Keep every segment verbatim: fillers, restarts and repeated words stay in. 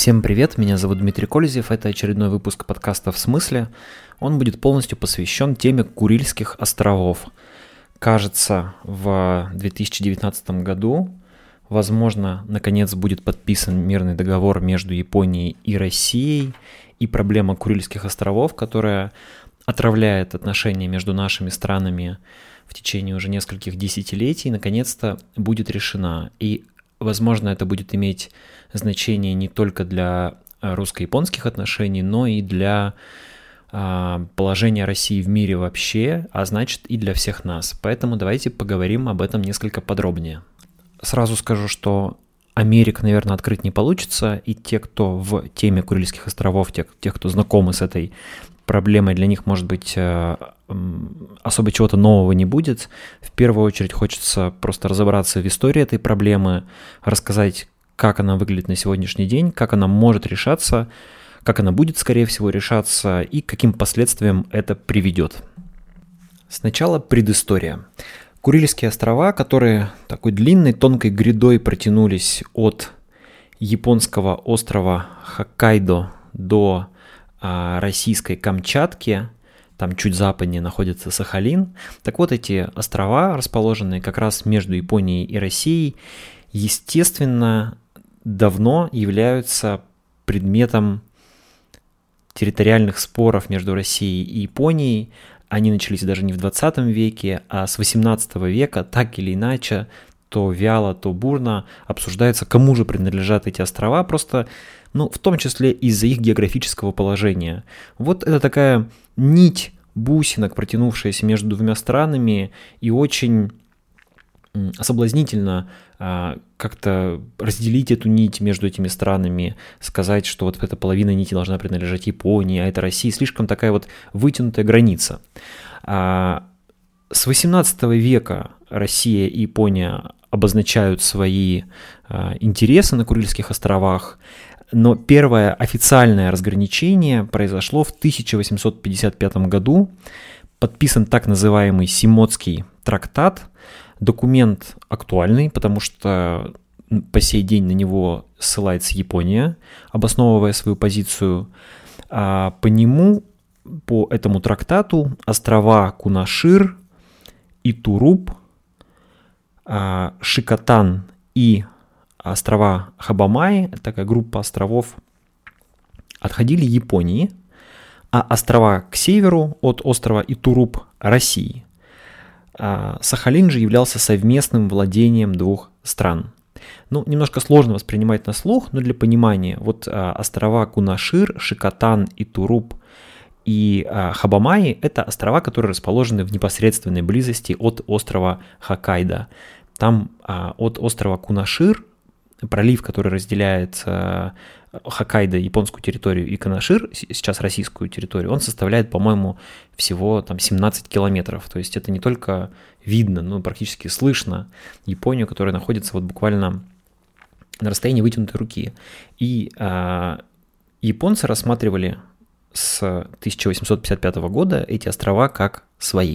Всем привет, меня зовут Дмитрий Кользев, это очередной выпуск подкаста «В смысле?». Он будет полностью посвящен теме Курильских островов. Кажется, в две тысячи девятнадцатом году, возможно, наконец будет подписан мирный договор между Японией и Россией, и проблема Курильских островов, которая отравляет отношения между нашими странами в течение уже нескольких десятилетий, наконец-то будет решена. И возможно, это будет иметь значение не только для русско-японских отношений, но и для а, положения России в мире вообще, а значит и для всех нас. Поэтому давайте поговорим об этом несколько подробнее. Сразу скажу, что Америка, наверное, открыть не получится, и те, кто в теме Курильских островов, те, те кто знакомы с этой проблемой, для них, может быть, особо чего-то нового не будет. В первую очередь хочется просто разобраться в истории этой проблемы, рассказать, как она выглядит на сегодняшний день, как она может решаться, как она будет, скорее всего, решаться и к каким последствиям это приведет. Сначала предыстория. Курильские острова, которые такой длинной тонкой грядой протянулись от японского острова Хоккайдо до а, российской Камчатки, там чуть западнее находится Сахалин. Так вот, эти острова, расположенные как раз между Японией и Россией, естественно, давно являются предметом территориальных споров между Россией и Японией. Они начались даже не в двадцатом веке, а с восемнадцатого века, так или иначе, то вяло, то бурно обсуждается, кому же принадлежат эти острова, просто, ну, в том числе из-за их географического положения. Вот это такая нить бусинок, протянувшаяся между двумя странами, и очень соблазнительно а, как-то разделить эту нить между этими странами, сказать, что вот эта половина нити должна принадлежать Японии, а это России, слишком такая вот вытянутая граница. А, с восемнадцатого века Россия и Япония обозначают свои а, интересы на Курильских островах, но первое официальное разграничение произошло в тысяча восемьсот пятьдесят пятом году. Подписан так называемый Симотский трактат. Документ актуальный, потому что по сей день на него ссылается Япония, обосновывая свою позицию. А по нему, по этому трактату, острова Кунашир, Итуруп, Шикотан и острова Хабамаи, такая группа островов, отходили Японии, а острова к северу от острова Итуруп – России. Сахалин же являлся совместным владением двух стран. Ну, немножко сложно воспринимать на слух, но для понимания, вот острова Кунашир, Шикотан, Итуруп и Хабамаи – это острова, которые расположены в непосредственной близости от острова Хоккайдо. Там от острова Кунашир пролив, который разделяет э, Хоккайдо, японскую территорию, и Кунашир, сейчас российскую территорию, он составляет, по-моему, всего там семнадцать километров. То есть это не только видно, но практически слышно Японию, которая находится вот буквально на расстоянии вытянутой руки. И э, японцы рассматривали с тысяча восемьсот пятьдесят пятого года эти острова как свои.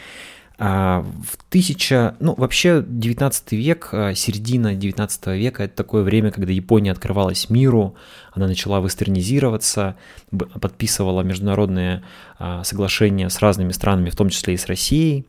В тысяча, ну вообще девятнадцатый век, середина девятнадцатого века – это такое время, когда Япония открывалась миру, она начала вестернизироваться, подписывала международные соглашения с разными странами, в том числе и с Россией,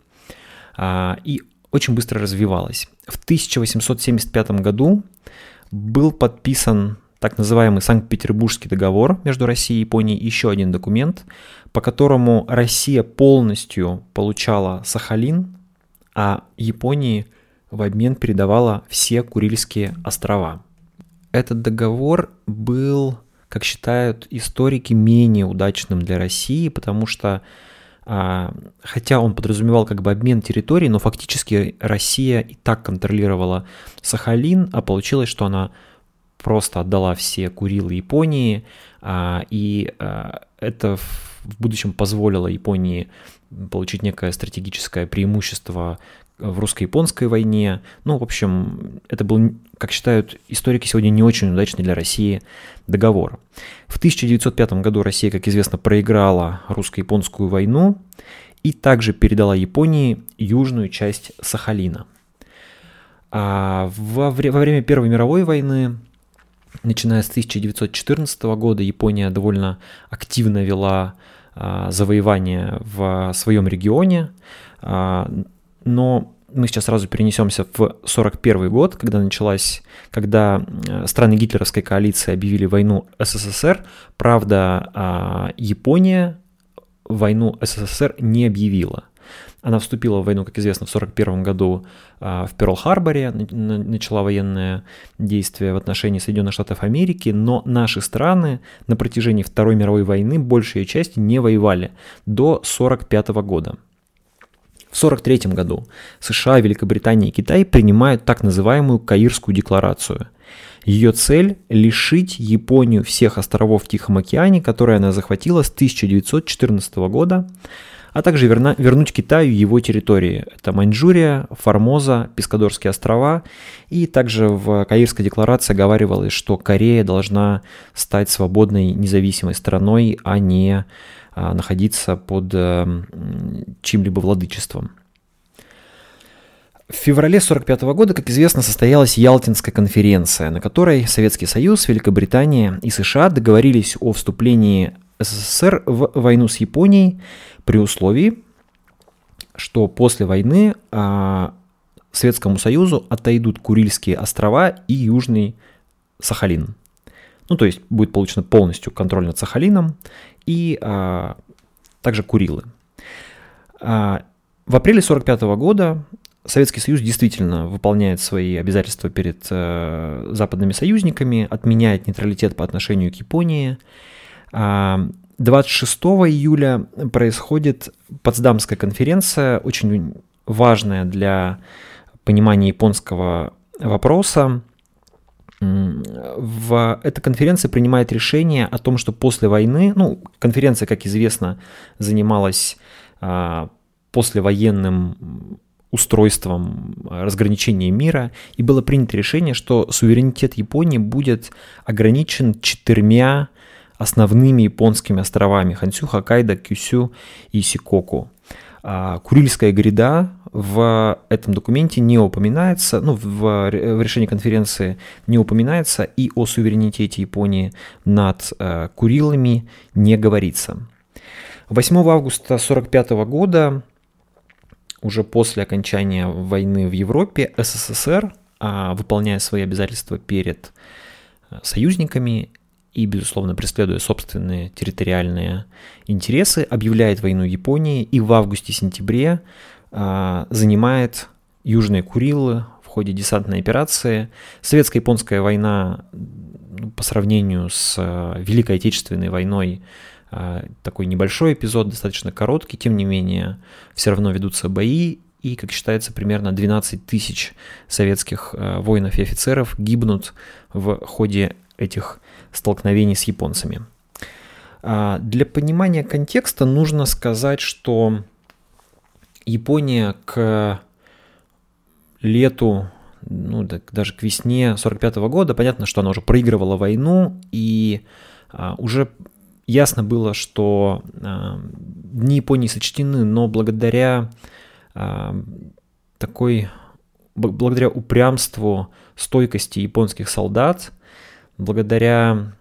и очень быстро развивалась. В тысяча восемьсот семьдесят пятом году был подписан так называемый Санкт-Петербургский договор между Россией и Японией, еще один документ, по которому Россия полностью получала Сахалин, а Японии в обмен передавала все Курильские острова. Этот договор был, как считают историки, менее удачным для России, потому что, хотя он подразумевал как бы обмен территорий, но фактически Россия и так контролировала Сахалин, а получилось, что она просто отдала все Курилы Японии, и это в будущем позволило Японии получить некое стратегическое преимущество в русско-японской войне. Ну, в общем, это был, как считают историки, сегодня не очень удачный для России договор. В тысяча девятьсот пятом году Россия, как известно, проиграла русско-японскую войну и также передала Японии южную часть Сахалина. А во, во время Первой мировой войны начиная с тысяча девятьсот четырнадцатого года Япония довольно активно вела а, завоевания в своем регионе, а, но мы сейчас сразу перенесемся в сорок первый год, когда началась, когда страны гитлеровской коалиции объявили войну СССР. Правда, Япония войну СССР не объявила. Она вступила в войну, как известно, в сорок первом году в Пёрл-Харборе, начала военное действие в отношении Соединенных Штатов Америки, но наши страны на протяжении Второй мировой войны большей части не воевали до сорок пятого года. В сорок третьем году США, Великобритания и Китай принимают так называемую Каирскую декларацию. Ее цель – лишить Японию всех островов в Тихом океане, которые она захватила с тысяча девятьсот четырнадцатого года, а также верна, вернуть Китаю его территории. Это Маньчжурия, Формоза, Пескадорские острова. И также в Каирской декларации оговаривалось, что Корея должна стать свободной независимой страной, а не а, находиться под а, чьим-либо владычеством. В феврале сорок пятого года, как известно, состоялась Ялтинская конференция, на которой Советский Союз, Великобритания и США договорились о вступлении СССР в войну с Японией при условии, что после войны а, Советскому Союзу отойдут Курильские острова и Южный Сахалин. Ну, то есть будет получен полностью контроль над Сахалином и а, также Курилы. А, в апреле сорок пятого года Советский Союз действительно выполняет свои обязательства перед э, западными союзниками, отменяет нейтралитет по отношению к Японии. двадцать шестого июля происходит Потсдамская конференция, очень важная для понимания японского вопроса. В этой конференции принимает решение о том, что после войны, ну, конференция, как известно, занималась а, послевоенным устройством разграничения мира, и было принято решение, что суверенитет Японии будет ограничен четырьмя основными японскими островами: Хонсю, Хоккайдо, Кюсю и Сикоку. Курильская гряда в этом документе не упоминается, ну, в решении конференции не упоминается, и о суверенитете Японии над Курилами не говорится. восьмого августа сорок пятого года, уже после окончания войны в Европе, СССР, выполняя свои обязательства перед союзниками и, безусловно, преследуя собственные территориальные интересы, объявляет войну Японии и в августе-сентябре занимает Южные Курилы в ходе десантной операции. Советско-японская война, по сравнению с Великой Отечественной войной, такой небольшой эпизод, достаточно короткий, тем не менее, все равно ведутся бои, и, как считается, примерно двенадцать тысяч советских воинов и офицеров гибнут в ходе этих столкновений с японцами. Для понимания контекста нужно сказать, что Япония к лету, ну, даже к весне сорок пятого года, понятно, что она уже проигрывала войну, и уже ясно было, что э, дни Японии сочтены, но благодаря э, такой, б- благодаря упрямству, стойкости японских солдат, благодаря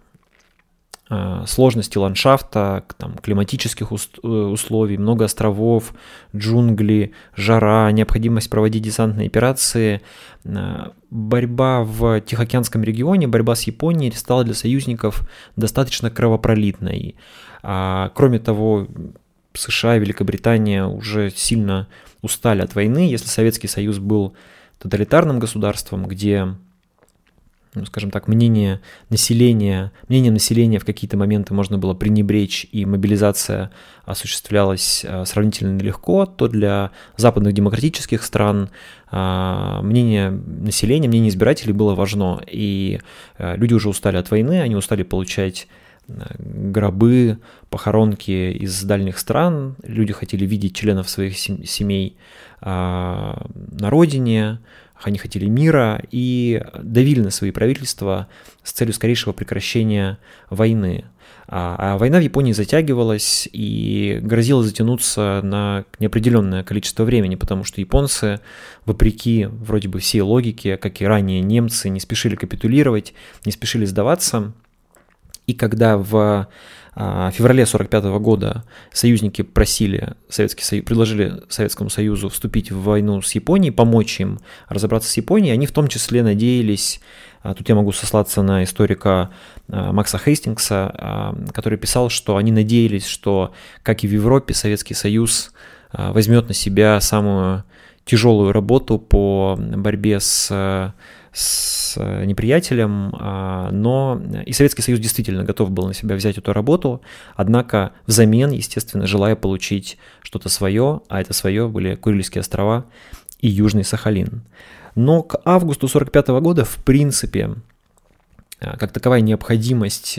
э, сложности ландшафта, там, климатических ус- условий, много островов, джунгли, жара, необходимость проводить десантные операции, э, борьба в Тихоокеанском регионе, борьба с Японией стала для союзников достаточно кровопролитной. А, кроме того, США и Великобритания уже сильно устали от войны. Если Советский Союз был тоталитарным государством, где, ну, скажем так, мнение населения, мнение населения в какие-то моменты можно было пренебречь, и мобилизация осуществлялась сравнительно легко, то для западных демократических стран мнение населения, мнение избирателей было важно, и люди уже устали от войны, они устали получать гробы, похоронки из дальних стран, люди хотели видеть членов своих семей на родине, они хотели мира и давили на свои правительства с целью скорейшего прекращения войны. А, а война в Японии затягивалась и грозила затянуться на неопределенное количество времени, потому что японцы, вопреки вроде бы всей логике, как и ранее немцы, не спешили капитулировать, не спешили сдаваться. И когда в а, феврале сорок пятого года союзники просили Советский Союз, предложили Советскому Союзу вступить в войну с Японией, помочь им разобраться с Японией, они в том числе надеялись, а, тут я могу сослаться на историка а, Макса Хейстингса, а, который писал, что они надеялись, что, как и в Европе, Советский Союз а, возьмет на себя самую тяжелую работу по борьбе с с неприятелем, но и Советский Союз действительно готов был на себя взять эту работу, однако взамен, естественно, желая получить что-то свое, а это свое были Курильские острова и Южный Сахалин. Но к августу сорок пятого года, в принципе, как таковая необходимость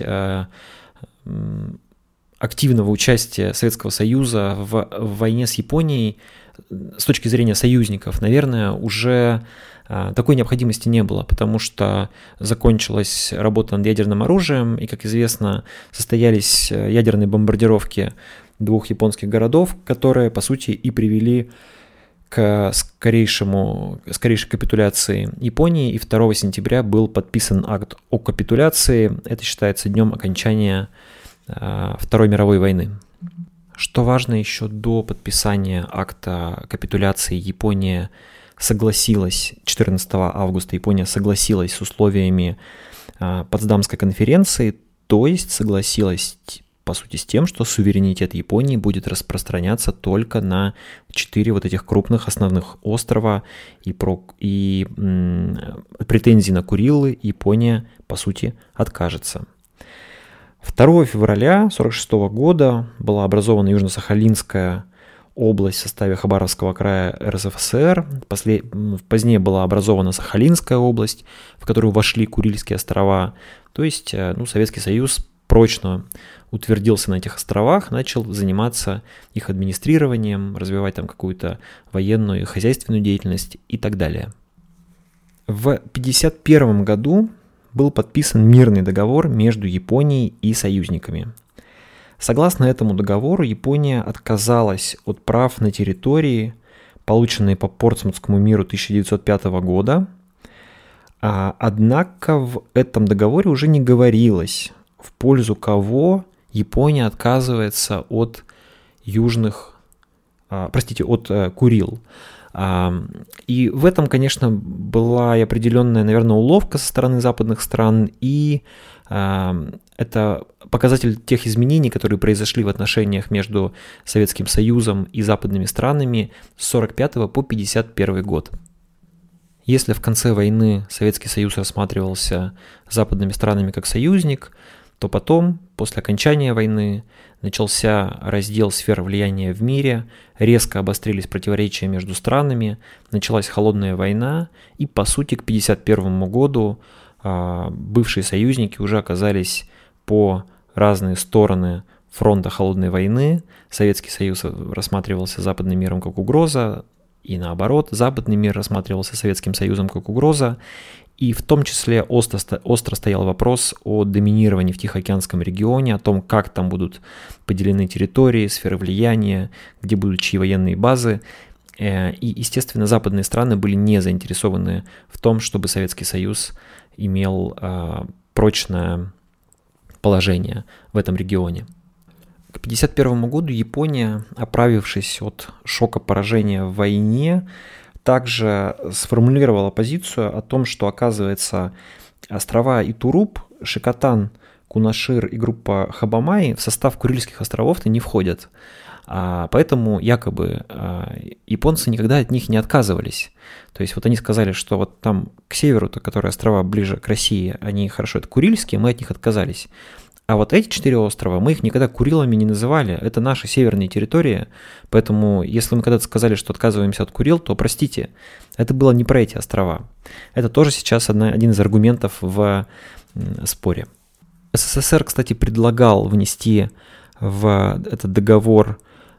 активного участия Советского Союза в, в войне с Японией с точки зрения союзников, наверное, уже такой необходимости не было, потому что закончилась работа над ядерным оружием, и, как известно, состоялись ядерные бомбардировки двух японских городов, которые, по сути, и привели к скорейшему, скорейшей капитуляции Японии, и второго сентября был подписан акт о капитуляции. Это считается днем окончания Второй мировой войны. Что важно, еще до подписания акта капитуляции Япония согласилась, четырнадцатого августа Япония согласилась с условиями Потсдамской конференции, то есть согласилась, по сути, с тем, что суверенитет Японии будет распространяться только на четыре вот этих крупных основных острова, и, про, и м, претензий на Курилы Япония, по сути, откажется. второго февраля сорок шестого года была образована Южно-Сахалинская область в составе Хабаровского края эр эс эф эс эр. После, позднее была образована Сахалинская область, в которую вошли Курильские острова. То есть ну, Советский Союз прочно утвердился на этих островах, начал заниматься их администрированием, развивать там какую-то военную и хозяйственную деятельность и так далее. В тысяча девятьсот пятьдесят первом году был подписан мирный договор между Японией и союзниками. Согласно этому договору, Япония отказалась от прав на территории, полученные по Портсмутскому миру тысяча девятьсот пятого года, однако в этом договоре уже не говорилось, в пользу кого Япония отказывается от южных, простите, от Курил. И в этом, конечно, была и определенная, наверное, уловка со стороны западных стран, и это показатель тех изменений, которые произошли в отношениях между Советским Союзом и западными странами с сорок пятого по пятьдесят первый год. Если в конце войны Советский Союз рассматривался западными странами как союзник, то потом, после окончания войны, начался раздел сфер влияния в мире, резко обострились противоречия между странами, началась холодная война, и, по сути, к пятьдесят первому году а, бывшие союзники уже оказались по разные стороны фронта холодной войны. Советский Союз рассматривался западным миром как угроза, и наоборот, западный мир рассматривался Советским Союзом как угроза. И в том числе остро, остро стоял вопрос о доминировании в Тихоокеанском регионе, о том, как там будут поделены территории, сферы влияния, где будут чьи военные базы. И, естественно, западные страны были не заинтересованы в том, чтобы Советский Союз имел а, прочное положение в этом регионе. К пятьдесят первому году Япония, оправившись от шока поражения в войне, также сформулировала позицию о том, что, оказывается, острова Итуруп, Шикотан, Кунашир и группа Хабамаи в состав Курильских островов-то не входят. А поэтому якобы а, японцы никогда от них не отказывались. То есть вот они сказали, что вот там к северу-то, которые острова ближе к России, они хорошо, это Курильские, мы от них отказались. А вот эти четыре острова, мы их никогда Курилами не называли, это наши северные территории, поэтому если мы когда-то сказали, что отказываемся от Курил, то простите, это было не про эти острова. Это тоже сейчас одна, один из аргументов в споре. СССР, кстати, предлагал внести в этот договор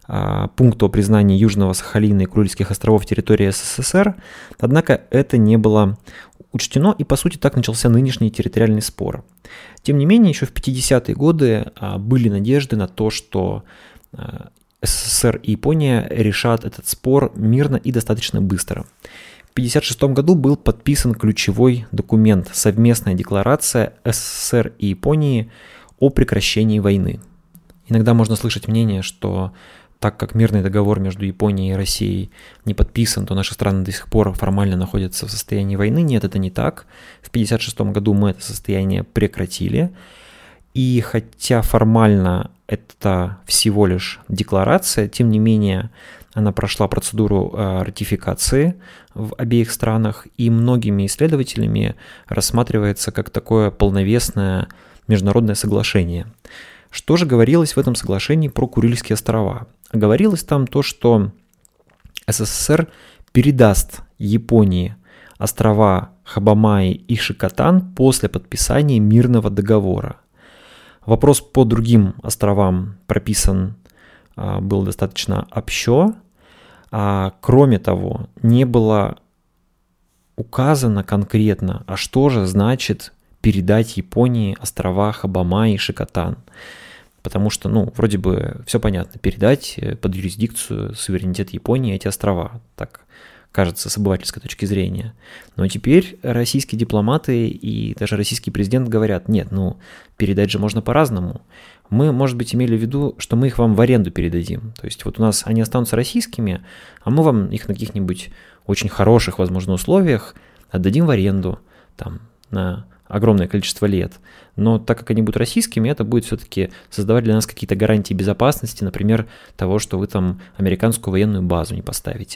пункту о признании Южного Сахалина и Курильских островов территорией СССР, однако это не было учтено, и по сути так начался нынешний территориальный спор. Тем не менее, еще в пятидесятые годы были надежды на то, что СССР и Япония решат этот спор мирно и достаточно быстро. В тысяча девятьсот пятьдесят шестом году был подписан ключевой документ – совместная декларация СССР и Японии о прекращении войны. Иногда можно слышать мнение, что так как мирный договор между Японией и Россией не подписан, то наши страны до сих пор формально находятся в состоянии войны. Нет, это не так. В тысяча девятьсот пятьдесят шестом году мы это состояние прекратили. И хотя формально это всего лишь декларация, тем не менее она прошла процедуру ратификации в обеих странах и многими исследователями рассматривается как такое полновесное международное соглашение. Что же говорилось в этом соглашении про Курильские острова? Говорилось там то, что СССР передаст Японии острова Хабамаи и Шикотан после подписания мирного договора. Вопрос по другим островам прописан а, был достаточно общо. А, кроме того, не было указано конкретно, а что же значит передать Японии острова Хабамаи и Шикотан. Потому что, ну, вроде бы все понятно, передать под юрисдикцию суверенитет Японии эти острова. Так кажется, с обывательской точки зрения. Но теперь российские дипломаты и даже российский президент говорят, нет, ну, передать же можно по-разному. Мы, может быть, имели в виду, что мы их вам в аренду передадим. То есть вот у нас они останутся российскими, а мы вам их на каких-нибудь очень хороших, возможно, условиях отдадим в аренду, там, на огромное количество лет. Но так как они будут российскими, это будет все-таки создавать для нас какие-то гарантии безопасности, например, того, что вы там американскую военную базу не поставите.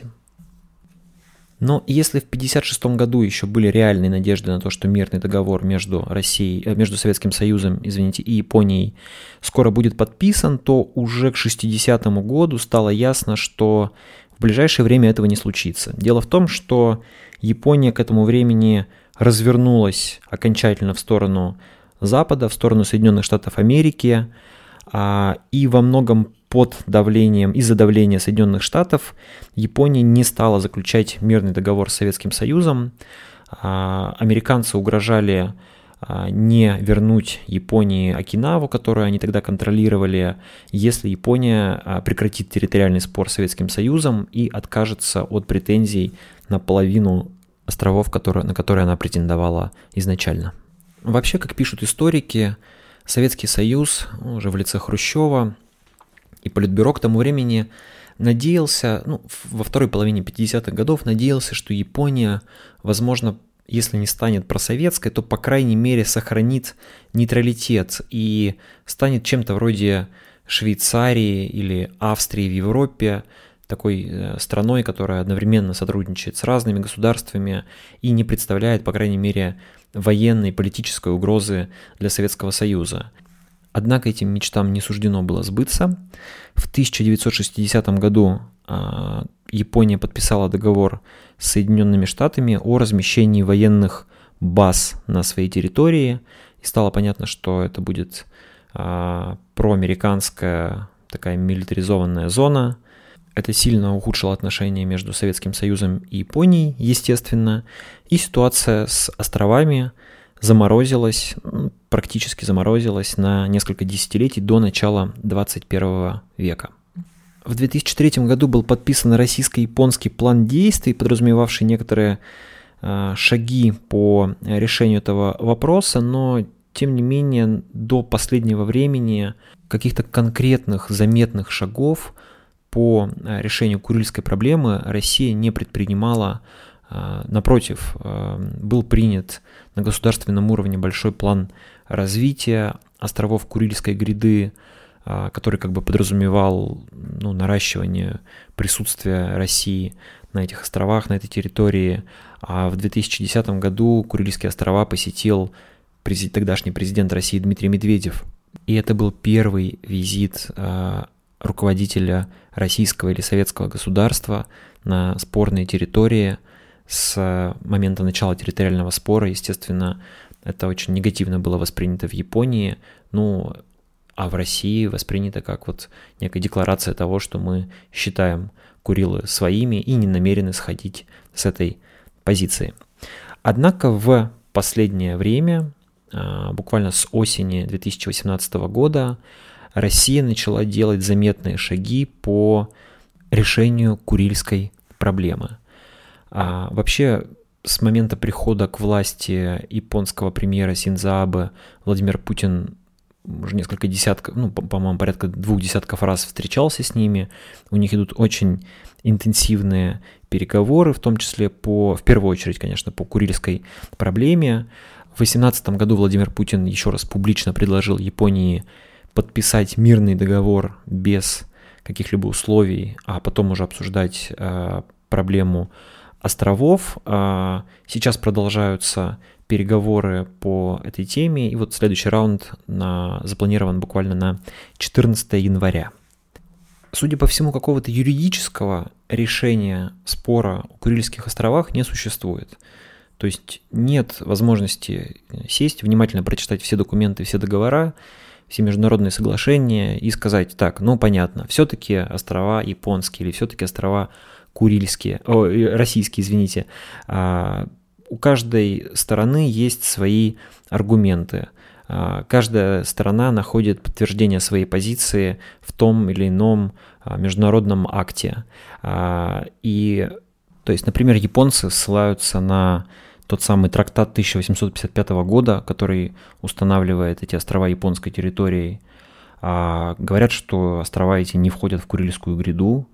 Но если в тысяча девятьсот пятьдесят шестом году еще были реальные надежды на то, что мирный договор между Россией, между Советским Союзом, извините, и Японией скоро будет подписан, то уже к шестидесятому году стало ясно, что в ближайшее время этого не случится. Дело в том, что Япония к этому времени развернулась окончательно в сторону Запада, в сторону Соединенных Штатов Америки, и во многом под давлением, из-за давления Соединенных Штатов Япония не стала заключать мирный договор с Советским Союзом. Американцы угрожали не вернуть Японии Окинаву, которую они тогда контролировали, если Япония прекратит территориальный спор с Советским Союзом и откажется от претензий на половину островов, которые, на которые она претендовала изначально. Вообще, как пишут историки, Советский Союз уже в лице Хрущева и Политбюро к тому времени надеялся, ну, во второй половине пятидесятых годов надеялся, что Япония, возможно, если не станет просоветской, то, по крайней мере, сохранит нейтралитет и станет чем-то вроде Швейцарии или Австрии в Европе, такой страной, которая одновременно сотрудничает с разными государствами и не представляет, по крайней мере, военной и политической угрозы для Советского Союза. Однако этим мечтам не суждено было сбыться. В тысяча девятьсот шестидесятом году э, Япония подписала договор с Соединенными Штатами о размещении военных баз на своей территории. И стало понятно, что это будет э, проамериканская такая милитаризованная зона. Это сильно ухудшило отношения между Советским Союзом и Японией, естественно. И ситуация с островами заморозилась, практически заморозилась на несколько десятилетий до начала двадцать первого века. В две тысячи третьем году был подписан российско-японский план действий, подразумевавший некоторые э, шаги по решению этого вопроса, но тем не менее до последнего времени каких-то конкретных заметных шагов по решению Курильской проблемы Россия не предпринимала. Напротив, был принят на государственном уровне большой план развития островов Курильской гряды, который как бы подразумевал, ну, наращивание присутствия России на этих островах, на этой территории. А в две тысячи десятом году Курильские острова посетил президент, тогдашний президент России Дмитрий Медведев. И это был первый визит руководителя российского или советского государства на спорные территории. С момента начала территориального спора, естественно, это очень негативно было воспринято в Японии. Ну, а в России воспринято как вот некая декларация того, что мы считаем Курилы своими и не намерены сходить с этой позиции. Однако в последнее время, буквально с осени две тысячи восемнадцатого года, Россия начала делать заметные шаги по решению курильской проблемы. А вообще, с момента прихода к власти японского премьера Синдзо Абэ Владимир Путин уже несколько десятков, ну, по-моему, порядка двух десятков раз встречался с ними. У них идут очень интенсивные переговоры, в том числе по, в первую очередь, конечно, по курильской проблеме. В две тысячи восемнадцатом году Владимир Путин еще раз публично предложил Японии подписать мирный договор без каких-либо условий, а потом уже обсуждать э, проблему островов. Э, сейчас продолжаются переговоры по этой теме, и вот следующий раунд на, запланирован буквально на четырнадцатое января. Судя по всему, какого-то юридического решения спора о Курильских островах не существует. То есть нет возможности сесть, внимательно прочитать все документы, все договора, все международные соглашения и сказать: так, ну понятно, все-таки острова японские или все-таки острова Курильские, о, российские, извините. У каждой стороны есть свои аргументы. Каждая сторона находит подтверждение своей позиции в том или ином международном акте. И, то есть, например, японцы ссылаются на тот самый трактат тысяча восемьсот пятьдесят пятого года, который устанавливает эти острова японской территорией. Говорят, что острова эти не входят в Курильскую гряду.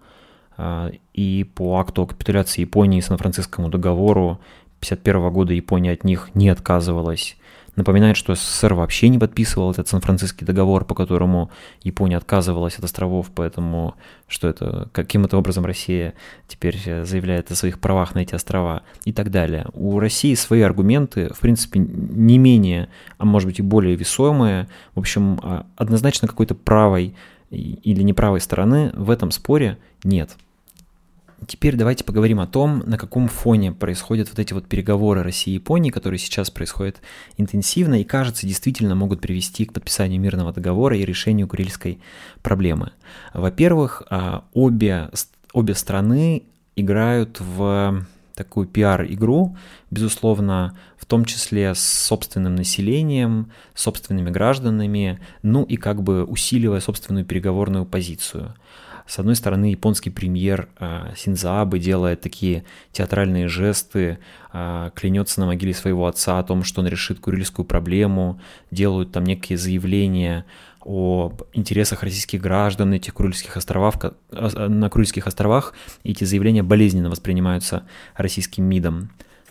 И по акту о капитуляции Японии и Сан-Францискому договору тысяча девятьсот пятьдесят первого года Япония от них не отказывалась. Напоминает, что СССР вообще не подписывал этот Сан-Франциский договор, по которому Япония отказывалась от островов, поэтому что это каким-то образом Россия теперь заявляет о своих правах на эти острова и так далее. У России свои аргументы, в принципе, не менее, а может быть и более весомые. В общем, однозначно какой-то правой или неправой стороны в этом споре нет. Теперь давайте поговорим о том, на каком фоне происходят вот эти вот переговоры России и Японии, которые сейчас происходят интенсивно и, кажется, действительно могут привести к подписанию мирного договора и решению Курильской проблемы. Во-первых, обе, обе страны играют в такую пиар-игру, безусловно, в том числе с собственным населением, собственными гражданами, ну и как бы усиливая собственную переговорную позицию. С одной стороны, японский премьер э, Синдзо Абэ делает такие театральные жесты, э, клянется на могиле своего отца о том, что он решит курильскую проблему, делают там некие заявления о интересах российских граждан на этих Курильских островах, на Курильских островах, и эти заявления болезненно воспринимаются российским МИДом.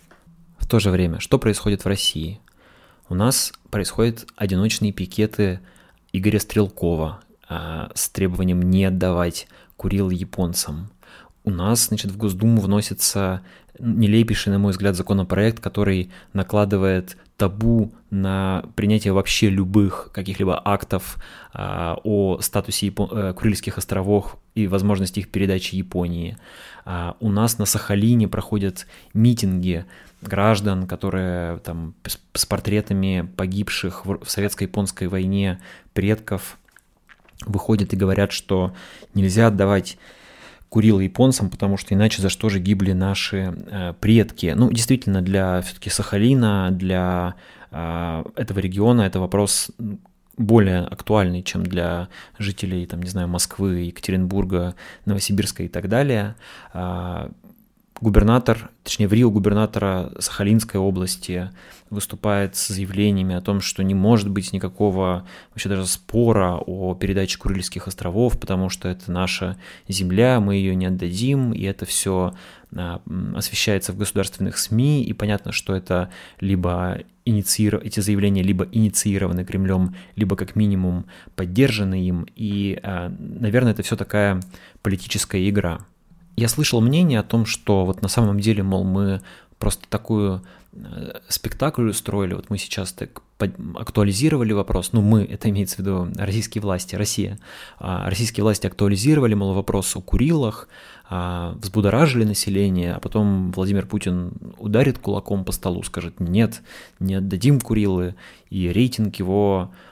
В то же время, что происходит в России? У нас происходят одиночные пикеты Игоря Стрелкова с требованием не отдавать Курил японцам. У нас, значит, в Госдуму вносится нелепейший, на мой взгляд, законопроект, который накладывает табу на принятие вообще любых каких-либо актов а, о статусе Япон... Курильских островов и возможности их передачи Японии. А, у нас на Сахалине проходят митинги граждан, которые там с портретами погибших в советско-японской войне предков выходят и говорят, что нельзя отдавать Курил японцам, потому что иначе за что же гибли наши э, предки. Ну, действительно, для все-таки Сахалина, для э, этого региона это вопрос более актуальный, чем для жителей, там, не знаю, Москвы, Екатеринбурга, Новосибирска и так далее. Э, губернатор, точнее в Рио губернатора Сахалинской области выступает с заявлениями о том, что не может быть никакого вообще даже спора о передаче Курильских островов, потому что это наша земля, мы ее не отдадим, и это все освещается в государственных СМИ, и понятно, что это либо инициир... эти заявления либо инициированы Кремлем, либо как минимум поддержаны им, и, наверное, это все такая политическая игра. Я слышал мнение о том, что вот на самом деле, мол, мы просто такую спектакль устроили, вот мы сейчас так актуализировали вопрос, ну мы, это имеется в виду российские власти, Россия, российские власти актуализировали, мол, вопрос о Курилах, взбудоражили население, а потом Владимир Путин ударит кулаком по столу, скажет: нет, не отдадим Курилы, и рейтинг его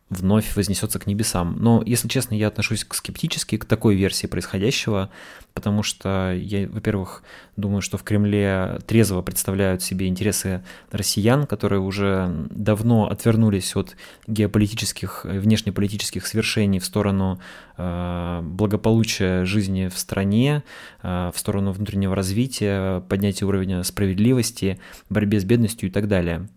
вновь вознесется к небесам. Но, если честно, я отношусь скептически к такой версии происходящего, потому что я, во-первых, думаю, что в Кремле трезво представляют себе интересы россиян, которые уже давно отвернулись от геополитических, внешнеполитических свершений в сторону э, благополучия жизни в стране, э, в сторону внутреннего развития, поднятия уровня справедливости, борьбе с бедностью и так далее.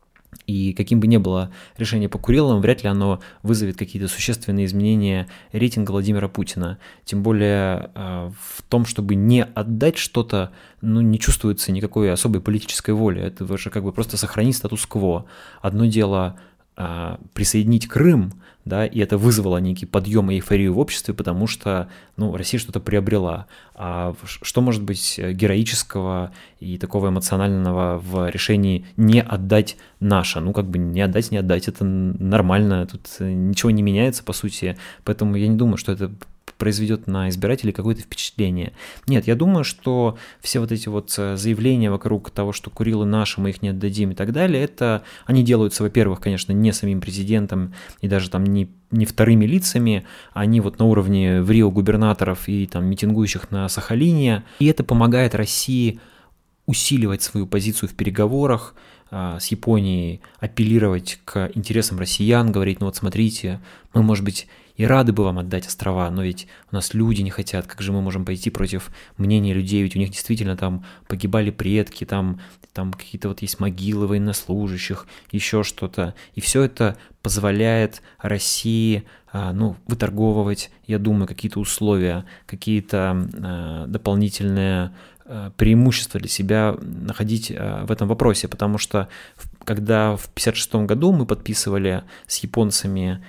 И каким бы ни было решение по Курилам, вряд ли оно вызовет какие-то существенные изменения рейтинга Владимира Путина. Тем более э, в том, чтобы не отдать что-то, ну, не чувствуется никакой особой политической воли. Это уже как бы просто сохранить статус-кво. Одно дело э, присоединить Крым, да, и это вызвало некий подъем и эйфорию в обществе, потому что, ну, Россия что-то приобрела. А что может быть героического и такого эмоционального в решении не отдать наше? Ну, как бы не отдать, не отдать, это нормально, тут ничего не меняется, по сути, поэтому я не думаю, что это произведет на избирателей какое-то впечатление. Нет, я думаю, что все вот эти вот заявления вокруг того, что Курилы наши, мы их не отдадим и так далее, это они делаются, во-первых, конечно, не самим президентом и даже там не, не вторыми лицами, они вот на уровне в Рио губернаторов и там митингующих на Сахалине, и это помогает России усиливать свою позицию в переговорах а, с Японией, апеллировать к интересам россиян, говорить, ну вот смотрите, мы, может быть, и рады бы вам отдать острова, но ведь у нас люди не хотят, как же мы можем пойти против мнения людей, ведь у них действительно там погибали предки, там, там какие-то вот есть могилы военнослужащих, еще что-то. И все это позволяет России, ну, выторговывать, я думаю, какие-то условия, какие-то дополнительные преимущества для себя находить в этом вопросе, потому что когда в пятьдесят шестом году мы подписывали с японцами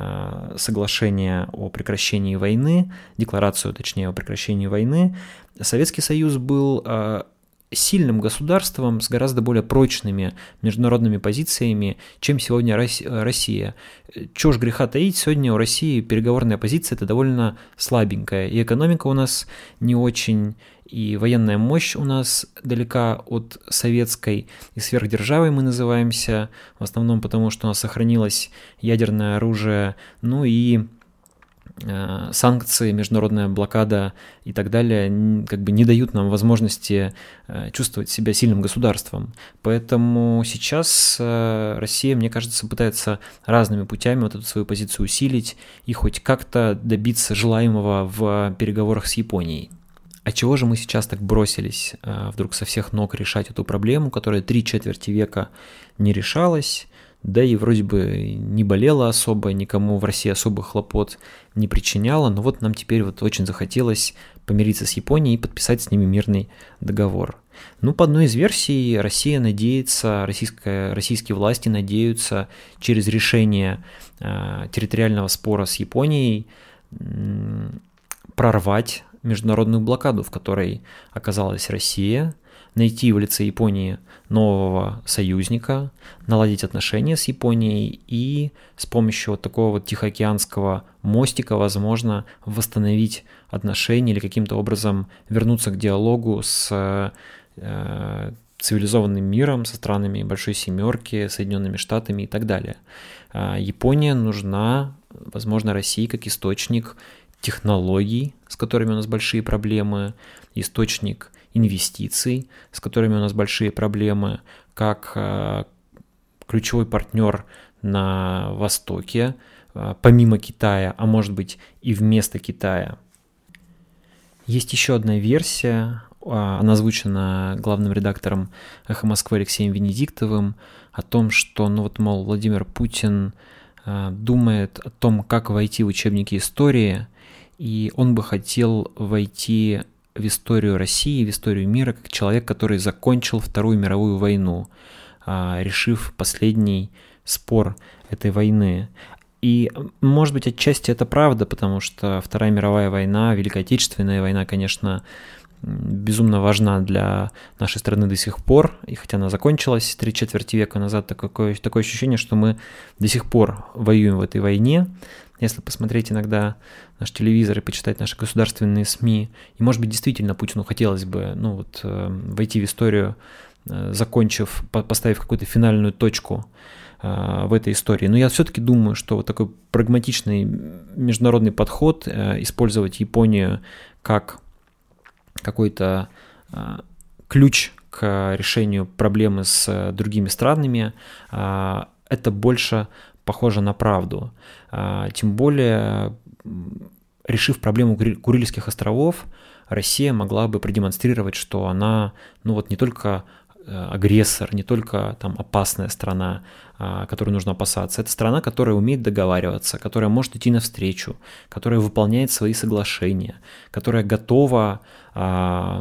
соглашение о прекращении войны, декларацию, точнее, о прекращении войны, Советский Союз был сильным государством с гораздо более прочными международными позициями, чем сегодня Россия. Чего ж греха таить, сегодня у России переговорная позиция это довольно слабенькая, и экономика у нас не очень, и военная мощь у нас далека от советской, и сверхдержавой мы называемся, в основном потому, что у нас сохранилось ядерное оружие, ну и э, санкции, международная блокада и так далее как бы не дают нам возможности э, чувствовать себя сильным государством. Поэтому сейчас э, Россия, мне кажется, пытается разными путями вот эту свою позицию усилить и хоть как-то добиться желаемого в переговорах с Японией. А чего же мы сейчас так бросились э, вдруг со всех ног решать эту проблему, которая три четверти века не решалась, да и вроде бы не болела особо, никому в России особых хлопот не причиняла, но вот нам теперь вот очень захотелось помириться с Японией и подписать с ними мирный договор. Ну, по одной из версий, Россия надеется, российская, российские власти надеются через решение э, территориального спора с Японией э, прорвать международную блокаду, в которой оказалась Россия, найти в лице Японии нового союзника, наладить отношения с Японией и с помощью вот такого вот тихоокеанского мостика, возможно, восстановить отношения или каким-то образом вернуться к диалогу с э, цивилизованным миром, со странами Большой Семерки, Соединенными Штатами и так далее. Э, Япония нужна, возможно, России как источник технологий, с которыми у нас большие проблемы, источник инвестиций, с которыми у нас большие проблемы, как э, ключевой партнер на Востоке, э, помимо Китая, а может быть и вместо Китая. Есть еще одна версия, э, она озвучена главным редактором «Эхо Москвы» Алексеем Венедиктовым, о том, что, ну вот, мол, Владимир Путин э, думает о том, как войти в учебники истории, и он бы хотел войти в историю России, в историю мира, как человек, который закончил Вторую мировую войну, решив последний спор этой войны. И, может быть, отчасти это правда, потому что Вторая мировая война, Великая Отечественная война, конечно, безумно важна для нашей страны до сих пор, и хотя она закончилась три четверти века назад, такое, такое ощущение, что мы до сих пор воюем в этой войне. Если посмотреть иногда наш телевизор и почитать наши государственные СМИ, и, может быть, действительно Путину хотелось бы, ну, вот, войти в историю, закончив, поставив какую-то финальную точку в этой истории. Но я все-таки думаю, что вот такой прагматичный международный подход, использовать Японию как какой-то ключ к решению проблемы с другими странами, это больше похоже на правду. Тем более, решив проблему Курильских островов, Россия могла бы продемонстрировать, что она, ну вот, не только агрессор, не только там опасная страна, которой нужно опасаться. Это страна, которая умеет договариваться, которая может идти навстречу, которая выполняет свои соглашения, которая готова а,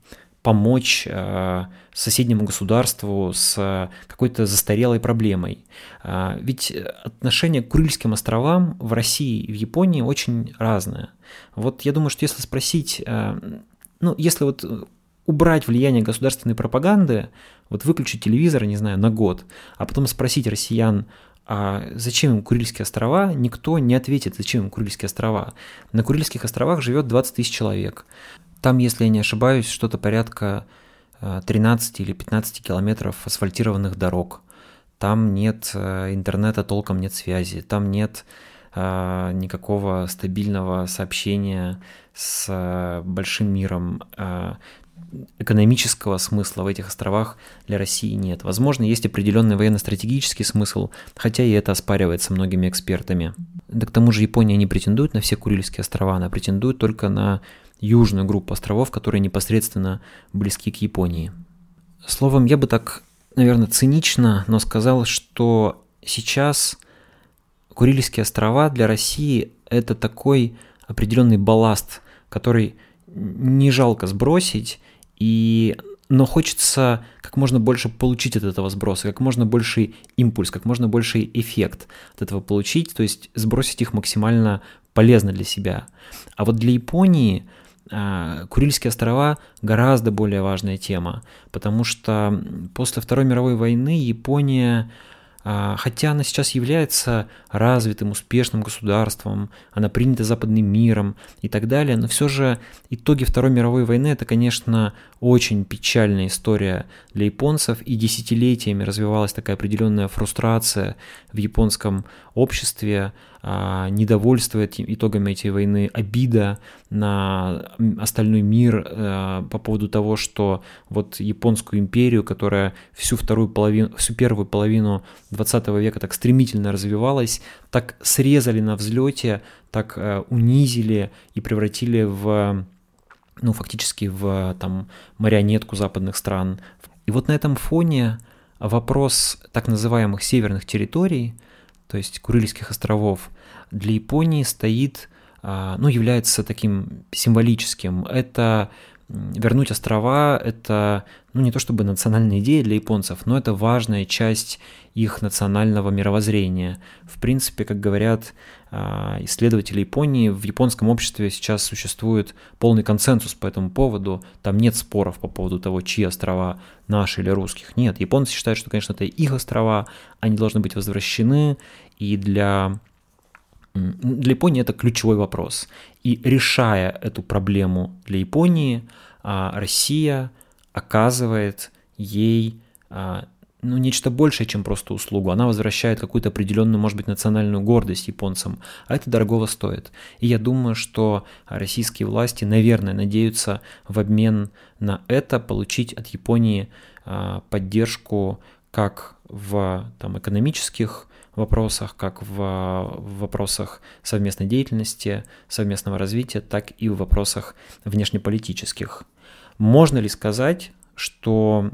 помочь а, соседнему государству с какой-то застарелой проблемой. А, ведь отношение к Курильским островам в России и в Японии очень разное. Вот я думаю, что если спросить, а, ну, если вот убрать влияние государственной пропаганды, вот выключить телевизор, не знаю, на год, а потом спросить россиян, а зачем им Курильские острова, никто не ответит, зачем им Курильские острова. На Курильских островах живет двадцать тысяч человек. Там, если я не ошибаюсь, что-то порядка тринадцать или пятнадцать километров асфальтированных дорог. Там нет интернета, толком нет связи, там нет никакого стабильного сообщения с большим миром. Экономического смысла в этих островах для России нет. Возможно, есть определенный военно-стратегический смысл, хотя и это оспаривается многими экспертами. Да к тому же Япония не претендует на все Курильские острова, она претендует только на южную группу островов, которые непосредственно близки к Японии. Словом, я бы так, наверное, цинично, но сказал, что сейчас Курильские острова для России – это такой определенный балласт, который не жалко сбросить, и, но хочется как можно больше получить от этого сброса, как можно больший импульс, как можно больший эффект от этого получить, то есть сбросить их максимально полезно для себя. А вот для Японии э, Курильские острова гораздо более важная тема, потому что после Второй мировой войны Япония, хотя она сейчас является развитым, успешным государством, она принята западным миром и так далее, но все же итоги Второй мировой войны – это, конечно, очень печальная история для японцев, и десятилетиями развивалась такая определенная фрустрация в японском обществе, недовольство итогами этой войны, обида на остальной мир по поводу того, что вот японскую империю, которая всю вторую половину, всю первую половину двадцатого века так стремительно развивалась, так срезали на взлете, так унизили и превратили в, ну, фактически в там марионетку западных стран. И вот на этом фоне вопрос так называемых северных территорий, то есть Курильских островов, для Японии стоит, ну, является таким символическим. Это вернуть острова, это, ну, не то чтобы национальная идея для японцев, но это важная часть их национального мировоззрения. В принципе, как говорят исследователи Японии, в японском обществе сейчас существует полный консенсус по этому поводу. Там нет споров по поводу того, чьи острова, наши или русских. Нет, японцы считают, что, конечно, это их острова, они должны быть возвращены, и для... Для Японии это ключевой вопрос. И решая эту проблему для Японии, Россия оказывает ей, ну, нечто большее, чем просто услугу. Она возвращает какую-то определенную, может быть, национальную гордость японцам, а это дорогого стоит. И я думаю, что российские власти, наверное, надеются в обмен на это получить от Японии поддержку как в там, экономических вопросах, как в, в вопросах совместной деятельности, совместного развития, так и в вопросах внешнеполитических. Можно ли сказать, что,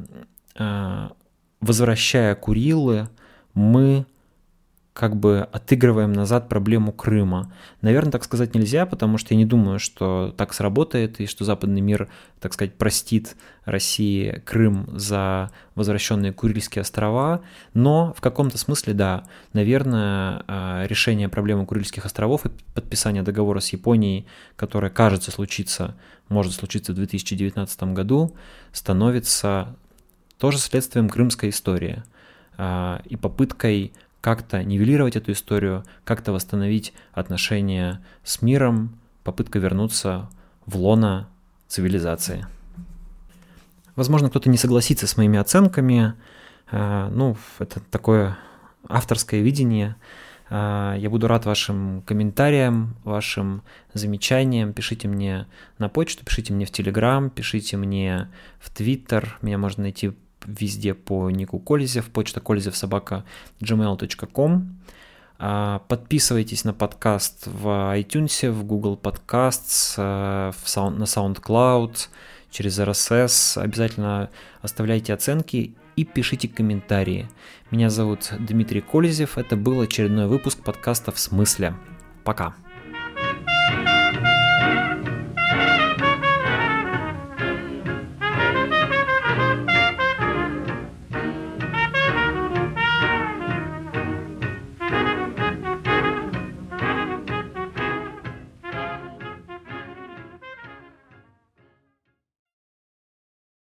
возвращая Курилы, мы как бы отыгрываем назад проблему Крыма? Наверное, так сказать нельзя, потому что я не думаю, что так сработает и что западный мир, так сказать, простит России Крым за возвращенные Курильские острова, но в каком-то смысле, да, наверное, решение проблемы Курильских островов и подписание договора с Японией, которое, кажется, случится, может случиться в две тысячи девятнадцатом году, становится тоже следствием крымской истории и попыткой как-то нивелировать эту историю, как-то восстановить отношения с миром, попытка вернуться в лоно цивилизации. Возможно, кто-то не согласится с моими оценками. Ну, это такое авторское видение. Я буду рад вашим комментариям, вашим замечаниям. Пишите мне на почту, пишите мне в Telegram, пишите мне в Twitter. Меня можно найти везде по нику Колезев, почта колезев собака джи мейл точка ком. Подписывайтесь на подкаст в iTunes, в Google Podcasts, в Sound, на SoundCloud, через эр эс эс. Обязательно оставляйте оценки и пишите комментарии. Меня зовут Дмитрий Колезев. Это был очередной выпуск подкаста «В смысле». Пока.